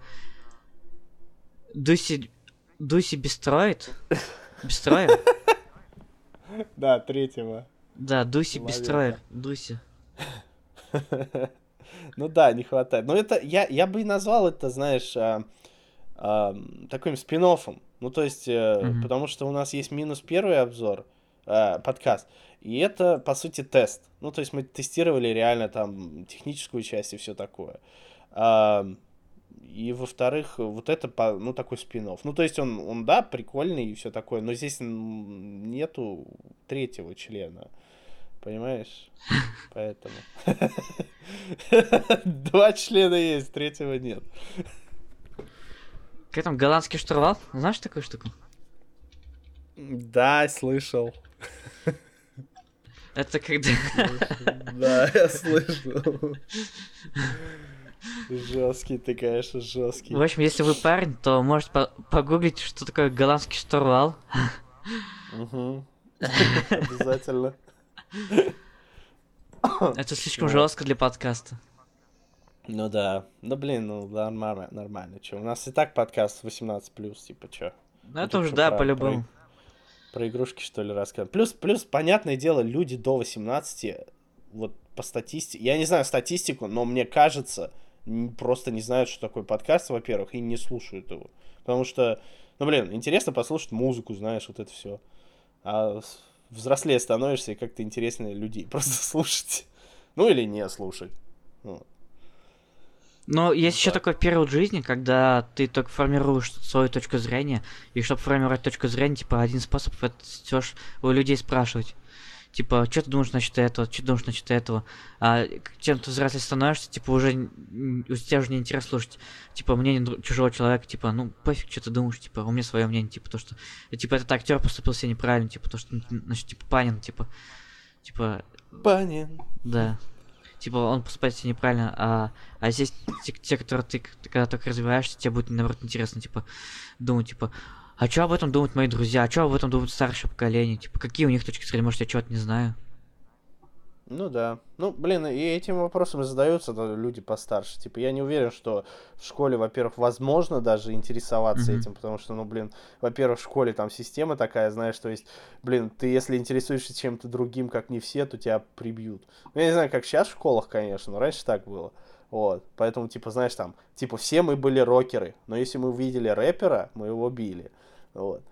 Дуси Бестроид. Бестроя? Да, третьего. Да, Дуси Человека. Бестроя. Дуси. Ну да, не хватает. Но это, я бы и назвал это, знаешь, таким спин-оффом. Ну, то есть, потому что у нас есть минус первый обзор, подкаст, и это, по сути, тест. Ну, то есть, мы тестировали реально там техническую часть и все такое. И, во-вторых, вот это, ну, такой спин-офф. Ну, то есть, он, да, прикольный и все такое, но здесь нету третьего члена. Понимаешь? Поэтому. 2 члена есть, третьего нет. Как там, голландский штурвал? Знаешь такую штуку? Да, слышал. Это когда... Да, я слышал. Жесткий ты, конечно, жесткий. В общем, если вы парень, то можете погуглить, что такое голландский штурвал. Обязательно. Это слишком жестко для подкаста. Ну да. Ну блин, ну нормально. Че, у нас и так подкаст 18+, типа чё. Ну это уже, да, по-любому. Про игрушки, что ли, рассказывать. Плюс, понятное дело, люди до 18, вот по статистике, я не знаю статистику, но мне кажется, просто не знают, что такое подкаст, во-первых, и не слушают его. Потому что, ну блин, интересно послушать музыку, знаешь, вот это все. А взрослее становишься, и как-то интереснее людей просто слушать. Ну или не слушать. Вот. Но есть еще такой период жизни, когда ты только формируешь свою точку зрения, и чтобы формировать точку зрения, типа, один способ — это у людей спрашивать. Типа, что ты думаешь насчет этого, что ты думаешь насчет этого. А чем ты взрослее становишься, типа, уже у тебя уже не интересно слушать, типа, мнение чужого человека, типа, ну, пофиг, что ты думаешь, типа, у меня свое мнение, типа, то, что, типа, этот актер поступил себе неправильно, типа, то, что, значит, типа, Панин, типа, Панин. да. Типа, он поступает себе неправильно, а здесь те, которые ты когда только развиваешься, тебе будет, наоборот, интересно, типа, думать, типа, а что об этом думают мои друзья, а что об этом думают старшее поколение, типа, какие у них точки зрения, может, я чего-то не знаю. Ну да. Ну, блин, и этим вопросом задаются люди постарше. Типа, я не уверен, что в школе, во-первых, возможно даже интересоваться этим, потому что, ну, блин, во-первых, в школе там система такая, знаешь, то есть, блин, ты если интересуешься чем-то другим, как не все, то тебя прибьют. Ну, я не знаю, как сейчас в школах, конечно, но раньше так было. Вот, поэтому, типа, знаешь, там, типа, все мы были рокеры, но если мы увидели рэпера, мы его били. Вот.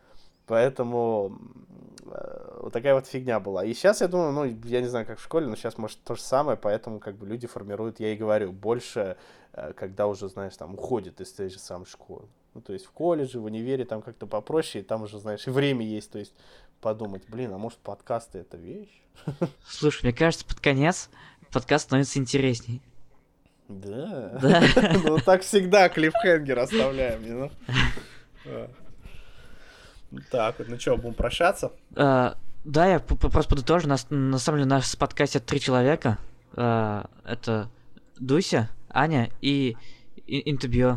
Поэтому вот такая вот фигня была. И сейчас, я думаю, ну, я не знаю, как в школе, но сейчас, может, то же самое, поэтому как бы люди формируют, я и говорю, больше, когда уже, знаешь, там, уходят из той же самой школы. Ну, то есть в колледже, в универе там как-то попроще, и там уже, знаешь, и время есть, то есть подумать, блин, а может подкасты это вещь? Слушай, мне кажется, под конец подкаст становится интересней. Да. Да. Ну, так всегда клиффхенгер оставляем, не? Так, вот, ну что, будем прощаться? Да, я просто подытожу. На самом деле, у нас в подкасте 3 человека. Это Дуся, Аня и Интервью.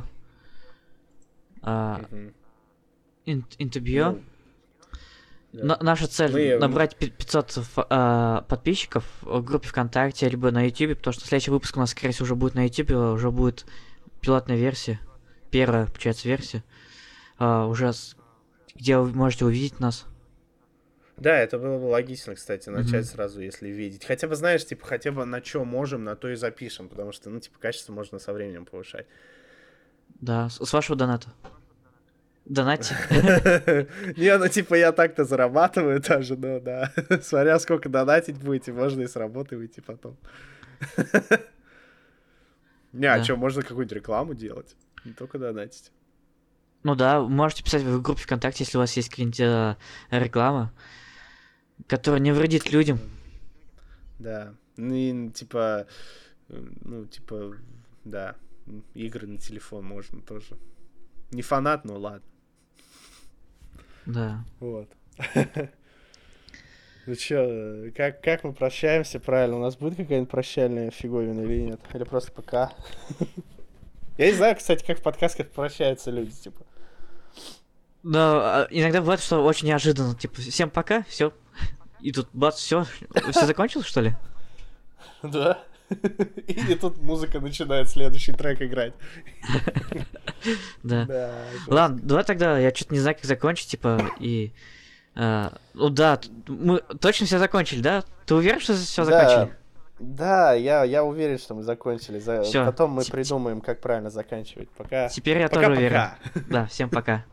Интервью. Наша цель набрать 500 подписчиков в группе ВКонтакте, либо на YouTube, потому что следующий выпуск у нас, скорее всего, уже будет на YouTube, уже будет пилотная версия, первая, получается, версия, уже где вы можете увидеть нас. Да, это было бы логично, кстати, начать сразу, если видеть. Хотя бы, знаешь, типа, хотя бы на что можем, на то и запишем, потому что, ну, типа, качество можно со временем повышать. Да, с вашего доната. Донатьте. Не, ну, типа, я так-то зарабатываю тоже, но, да. Смотря сколько донатить будете, можно и с работы выйти потом. Не, а что, можно какую-нибудь рекламу делать? Не только донатить. Ну да, можете писать в группе ВКонтакте, если у вас есть какая-нибудь реклама, которая не вредит людям. Да. Ну и типа, да, игры на телефон можно тоже. Не фанат, но ладно. Да. Вот. Ну чё, как мы прощаемся правильно? У нас будет какая-нибудь прощальная фиговина или нет? Или просто пока? Я не знаю, кстати, как в подкастах прощаются люди, типа. Но иногда бывает, что очень неожиданно, типа, всем пока, все. И тут бац, все закончилось, что ли? Да. И тут музыка начинает следующий трек играть. Да. Ладно, давай тогда, я что-то не знаю, как закончить, типа, и... Ну да, мы точно все закончили, да? Ты уверен, что все закончили? Да, я уверен, что мы закончили. Всё. Потом мы придумаем, как правильно заканчивать. Пока. Теперь я тоже уверен. Да, всем пока.